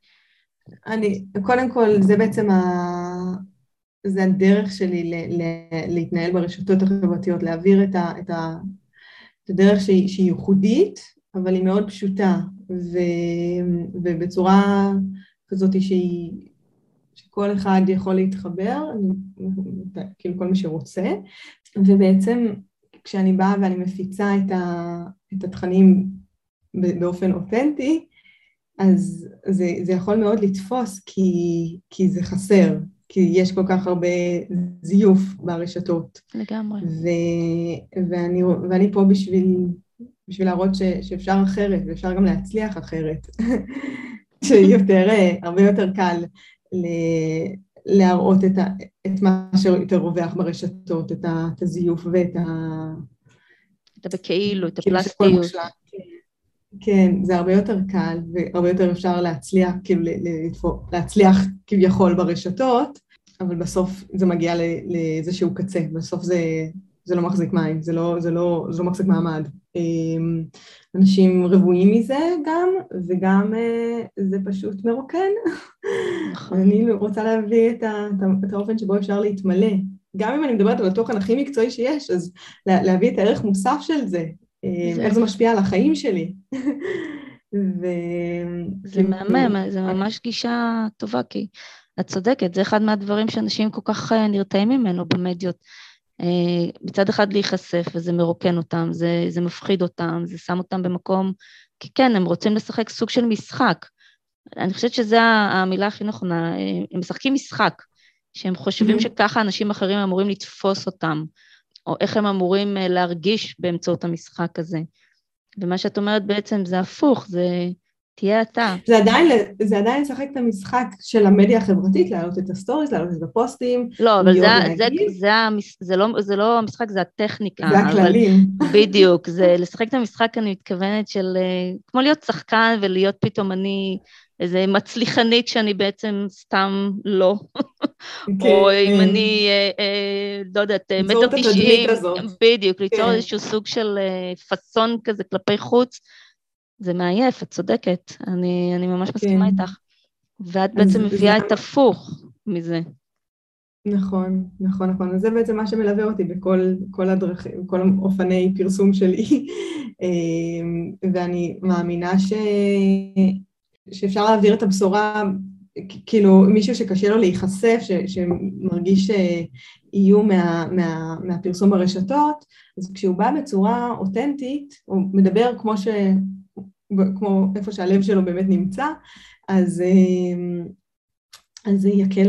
קודם כל, זה בעצם זה הדרך שלי להתנהל ברשתות החברתיות, להעביר את הדרך שהיא ייחודית, אבל היא מאוד פשוטה, ובצורה כזאת שכל אחד יכול להתחבר, כאילו כל מי שרוצה, ובעצם כשאני באה ואני מפיצה את התכנים באופן אותנטי, אז זה יכול מאוד לתפוס, כי זה חסר, כי יש כל כך הרבה זיוף ברשתות. לגמרי. ואני פה בשביל להראות שאפשר אחרת, ואפשר גם להצליח אחרת. שיותר, הרבה יותר קל להראות את מה שיותר רווח ברשתות, את הזיוף ואת את בכאילו, את כאילו הפלסטיות. כן, זה הרבה יותר קל, והרבה יותר אפשר להצליח, כאילו להצליח כביכול ברשתות, אבל בסוף זה מגיע לאיזשהו קצה, בסוף זה לא מחזיק מים, זה לא מחזיק מעמד. אנשים רבועים מזה גם, וגם זה פשוט מרוקן. נכון. אני רוצה להביא את האופן שבו אפשר להתמלא. גם אם אני מדברת על התוכן הכי מקצועי שיש, אז להביא את הערך מוסף של זה, איך זה משפיע על החיים שלי. זה מהמם, זה ממש גישה טובה, כי את צודקת, זה אחד מהדברים שאנשים כל כך נרתעים ממנו במדיות. מצד אחד להיחשף, וזה מרוקן אותם, זה מפחיד אותם, זה שם אותם במקום, כי כן, הם רוצים לשחק סוג של משחק. אני חושבת שזו המילה הכי נכונה, הם משחקים משחק, שהם חושבים שככה אנשים אחרים אמורים לתפוס אותם, או איך הם אמורים להרגיש באמצעות המשחק הזה. ומה שאת אומרת בעצם זה הפוך, זה תהיה אתה. זה עדיין לשחק את המשחק של המדיה החברתית, להעלות את הסטוריז, להעלות את הפוסטים. לא, אבל זה לא המשחק, זה הטכניקה. זה הכללים. בדיוק, זה לשחק את המשחק, אני מתכוונת של, כמו להיות שחקן ולהיות פתאום אני איזה מצליחנית שאני בעצם סתם לא. או אם אני, לא יודעת, ליצור את התדמית הזאת. בדיוק, ליצור איזשהו סוג של פאסון כזה כלפי חוץ, זה מעייף, את צודקת, אני ממש מסכימה איתך. ואת בעצם מביאה את הפוך מזה. נכון. אז זה בעצם מה שמלווה אותי בכל הדרכים, בכל אופני פרסום שלי. ואני מאמינה שאפשר להעביר את הבשורה, כאילו מישהו שקשה לו להיחשף, שמרגיש איום מהפרסום ברשתות, אז כשהוא בא בצורה אותנטית, הוא מדבר כמו איפה שהלב שלו באמת נמצא, אז זה יקל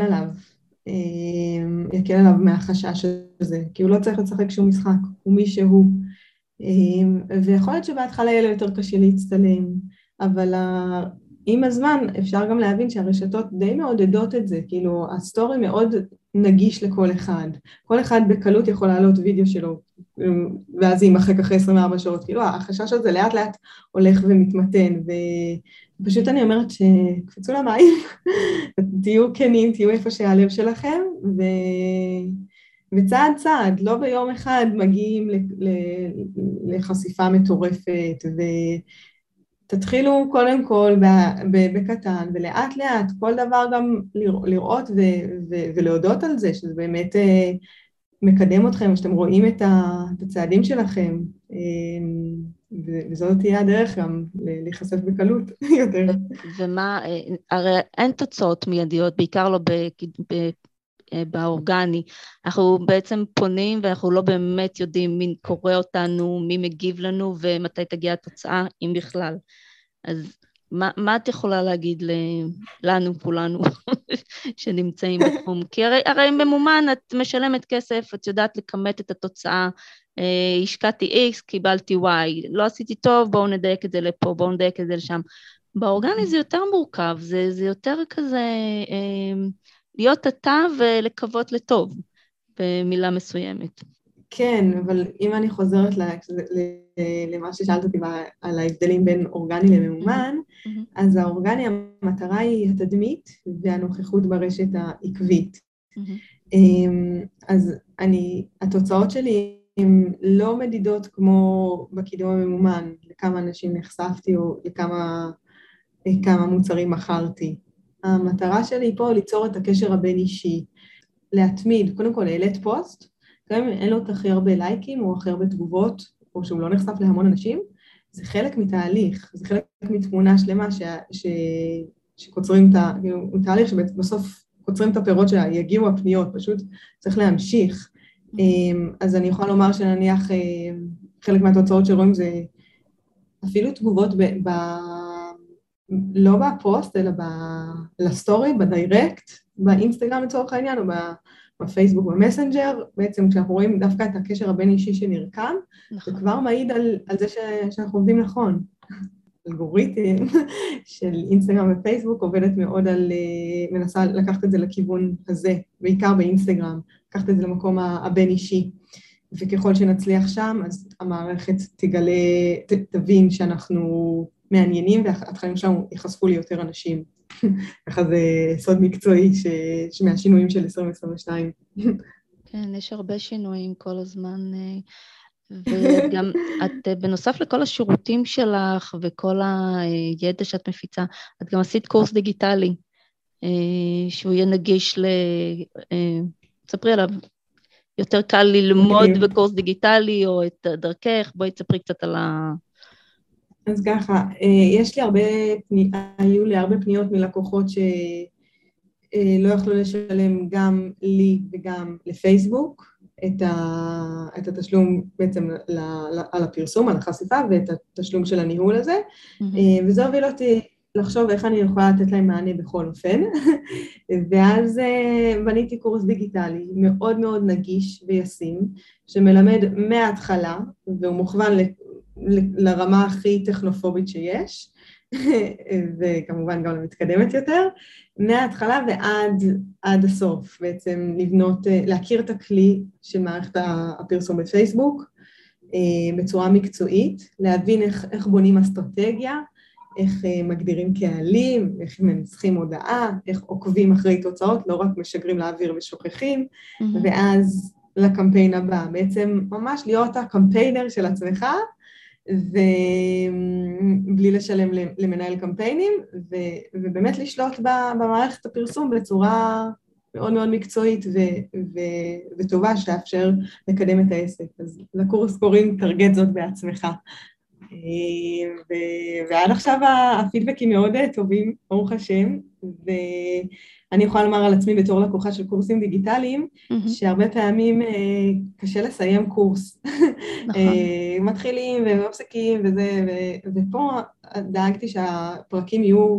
עליו מהחשש הזה, כי הוא לא צריך לשחק שום משחק, הוא מי שהוא, ויכול להיות שבהתחלה יהיה לו יותר קשה להצטלם, אבל עם הזמן אפשר גם להבין שהרשתות די מעודדות את זה, כאילו הסטורי מאוד נגיש לכל אחד, כל אחד בקלות יכול לעלות וידאו שלו, ואז זה יימחק אחרי 24 שעות, כאילו החשש הזה לאט לאט הולך ומתמתן, ופשוט אני אומרת שקפצו למים, תהיו כנים, תהיו איפה שהלב שלכם, וצעד צעד, לא ביום אחד מגיעים לחשיפה מטורפת, תתחילו קודם כל בקטן, ולאט לאט כל דבר גם לראות ולהודות על זה, שזה באמת מקדם אתכם, שאתם רואים את הצעדים שלכם, וזאת תהיה הדרך גם להיחשף בקלות יותר. ומה, הרי אין תוצאות מיידיות, בעיקר לא באורגני, אנחנו בעצם פונים ואנחנו לא באמת יודעים מי קורא אותנו, מי מגיב לנו ומתי תגיע התוצאה, אם בכלל. אז מה את יכולה להגיד לנו, כולנו, שנמצאים בתחום? כי הרי ממומן, את משלמת כסף, את יודעת לכמת את התוצאה, השקעתי X, קיבלתי Y, לא עשיתי טוב, בואו נדייק את זה לפה, בואו נדייק את זה לשם. באורגני זה יותר מורכב, זה יותר כזה להיות אתה ולקוות לטוב, במילה מסוימת. כן, אבל אם אני חוזרת למה ששאלת אותי על ההבדלים בין אורגני לממומן, אז האורגני, המטרה היא התדמית והנוכחות ברשת העקבית. אז התוצאות שלי הן לא מדידות כמו בקידום הממומן, לכמה אנשים נחשפתי או לכמה מוצרים מכרתי. המטרה שלי פה ליצור את הקשר הבין אישי, להתמיד, קודם כל העלית פוסט, גם אם אין לו את הכי הרבה לייקים או הכי הרבה תגובות, או שהוא לא נחשף להמון אנשים, זה חלק מתהליך, זה חלק מתמונה שלמה שקוצרים את כאילו, הוא תהליך שבסוף קוצרים את הפירות שיגיעו הפניות, פשוט צריך להמשיך. אז אני יכולה לומר שנניח חלק מהתוצאות שרואים זה אפילו תגובות לא בפוסט, אלא לסטורי, בדיירקט, באינסטגרם לצורך העניין, או בפייסבוק, במסנג'ר, בעצם כשאנחנו רואים דווקא את הקשר הבין אישי שנרקם, זה כבר מעיד על זה שאנחנו עובדים נכון. אלגוריתם של אינסטגרם ופייסבוק עובדת מאוד מנסה לקחת את זה לכיוון הזה, בעיקר באינסטגרם, לקחת את זה למקום הבין אישי. וככל שנצליח שם, אז המערכת תבין שאנחנו מעניינים, והתכנים שלנו יחשפו לי יותר אנשים. ככה זה סוד מקצועי מהשינויים של 2022. כן, יש הרבה שינויים כל הזמן, וגם את, בנוסף לכל השירותים שלך וכל הידע שאת מפיצה, את גם עשית קורס דיגיטלי, שהוא יהיה נגיש תספרי עליו. יותר קל ללמוד בקורס דיגיטלי, או את דרכך, בואי תספרי קצת על אז ככה, היו לי הרבה פניות מלקוחות שלא יכלו לשלם גם לי וגם לפייסבוק, את התשלום בעצם על הפרסום, על החשיפה, ואת התשלום של הניהול הזה, וזה הוביל אותי לחשוב איך אני יכולה לתת להם מענה בכל אופן, ואז בניתי קורס דיגיטלי מאוד מאוד נגיש וישים, שמלמד מההתחלה, והוא מוכוון לרמה הכי טכנופובית שיש, וכמובן גם למתקדמת יותר, מההתחלה ועד הסוף, בעצם להכיר את הכלי של מערכת הפרסום בפייסבוק, בצורה מקצועית, להבין איך בונים אסטרטגיה, איך מגדירים קהלים, איך מנסחים הודעה, איך עוקבים אחרי תוצאות, לא רק משגרים לאוויר ושוכחים, ואז לקמפיין הבא, בעצם ממש להיות הקמפיינר של עצמך, ובלי לשלם למנהל קמפיינים, ובאמת לשלוט במערכת הפרסום בצורה מאוד מאוד מקצועית וטובה, שאפשר לקדם את העסק. אז לקורס קוראים תרגט זאת בעצמך. ועד עכשיו הפידבקים מאוד טובים, ברוך השם, ואני יכולה לומר על עצמי בתור לקוחה של קורסים דיגיטליים, שהרבה פעמים קשה לסיים קורס. מתחילים ומפסקים וזה, ופה דאגתי שהפרקים יהיו,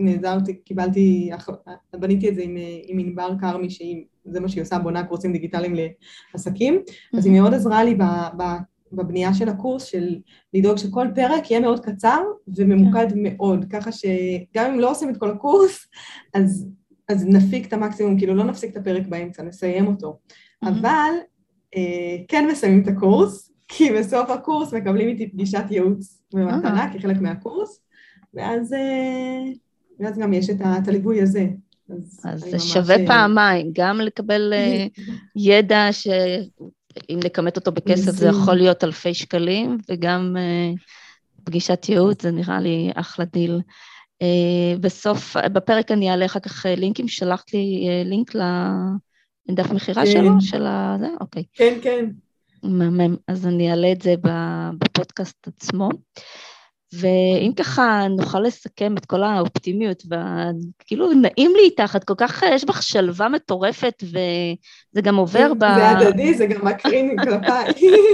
בניתי את זה עם ענבר קרמי, שזה מה שהיא עושה, בונה קורסים דיגיטליים לעסקים, אז היא מאוד עזרה לי בבנייה של הקורס, של לדאוג שכל פרק יהיה מאוד קצר וממוקד מאוד, ככה שגם אם לא עושים את כל הקורס, אז נפיק את המקסימום, כאילו לא נפסיק את הפרק באמצע, נסיים אותו. אבל כן מסיימים את הקורס, כי בסוף הקורס מקבלים איתי פגישת ייעוץ במתנה כחלק מהקורס, ואז גם יש את הליווי הזה. אז זה שווה פעמיים, גם לקבל ידע אם לקמת אותו בכסף זה יכול להיות אלפי שקלים, וגם פגישת ייעוץ, זה נראה לי אחלה דיל. בסוף, בפרק אני אעלה אחר כך לינקים, שלחת לי לינק לדף מחירה שלו, של זה, אוקיי. כן, כן. אז אני אעלה את זה בפודקאסט עצמו. ואם ככה נוכל לסכם את כל האופטימיות, וכאילו נעים לי איתך, את כל כך, יש בך שלווה מטורפת, וזה גם עובר זה הדדי, זה גם מקרין כלפיי.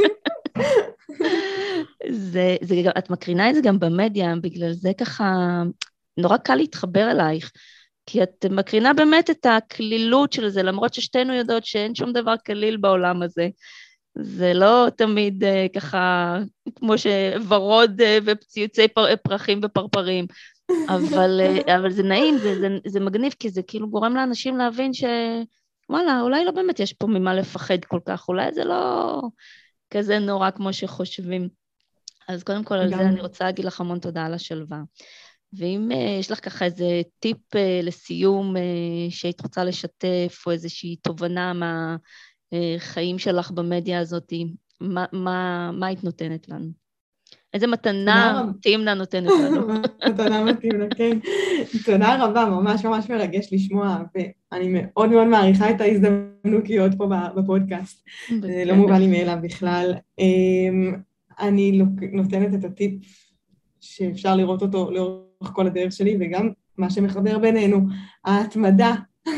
את מקרינה את זה גם במדיה, בגלל זה ככה נורא קל להתחבר אלייך, כי את מקרינה באמת את הכלילות של זה, למרות ששתינו יודעות שאין שום דבר כליל בעולם הזה, זה לא תמיד ככה, כמו שוורוד וציוצי פרחים ופרפרים, אבל זה נעים, זה מגניב, כי זה כאילו גורם לאנשים להבין שוואלה, אולי לא באמת יש פה ממה לפחד כל כך, אולי זה לא כזה נורא כמו שחושבים. אז קודם כל על זה אני רוצה להגיד לך המון תודה על השלווה. ואם יש לך ככה איזה טיפ לסיום שהיית רוצה לשתף, או איזושהי תובנה חיים שלך במדיה הזאת, מה היית נותנת לנו? איזה מתנה תימנה נותנת לנו? מתנה מתימנה, כן. תודה רבה, ממש ממש מרגש לשמוע, ואני מאוד מאוד מעריכה את ההזדמנות להיות פה בפודקאסט. זה לא מובן לי מאליו בכלל. אני נותנת את הטיפ שאפשר לראות אותו לאורך כל הדרך שלי, וגם מה שמחבר בינינו, ההתמדה.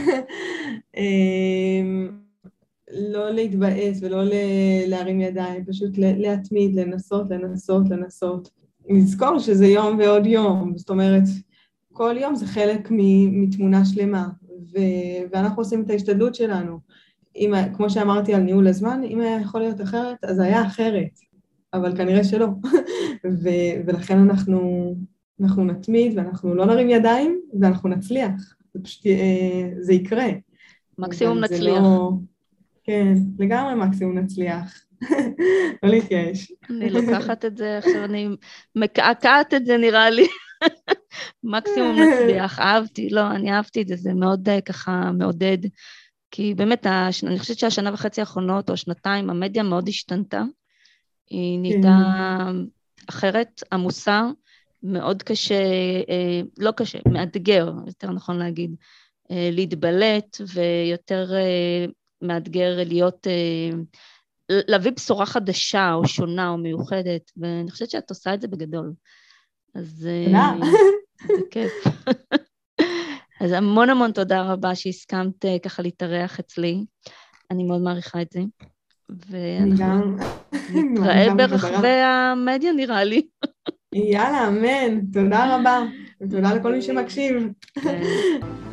לא להתבאס ולא להרים ידיים, פשוט להתמיד, לנסות. לזכור שזה יום ועוד יום, זאת אומרת, כל יום זה חלק מתמונה שלמה, ואנחנו עושים את ההשתדלות שלנו. כמו שאמרתי על ניהול הזמן, אם היה יכול להיות אחרת, אז היה אחרת, אבל כנראה שלא. ולכן אנחנו נתמיד, ואנחנו לא נרים ידיים, ואנחנו נצליח. זה פשוט, זה יקרה. מקסימום נצליח. לא... כן, לגמרי מקסימום נצליח. לא להתייאש. אני לוקחת את זה, עכשיו אני מקעקעת את זה נראה לי. מקסימום נצליח, אהבתי, לא, אני אהבתי את זה, זה מאוד ככה מעודד, כי באמת, אני חושבת שהשנה וחצי האחרונות, או שנתיים, המדיה מאוד השתנתה, היא נהייתה אחרת, עמוסה, מאוד קשה, לא קשה, מאתגר, יותר נכון להגיד, להתבלט, ויותר מאתגר להיות, להביא בשורה חדשה, או שונה, או מיוחדת, ואני חושבת שאת עושה את זה בגדול. אז זה כיף. אז המון המון תודה רבה שהסכמת ככה להתארח אצלי. אני מאוד מעריכה את זה. ואנחנו נתראה ברחבי המדיה נראה לי. יאללה, אמן. תודה רבה. ותודה לכל מי שמקשיב.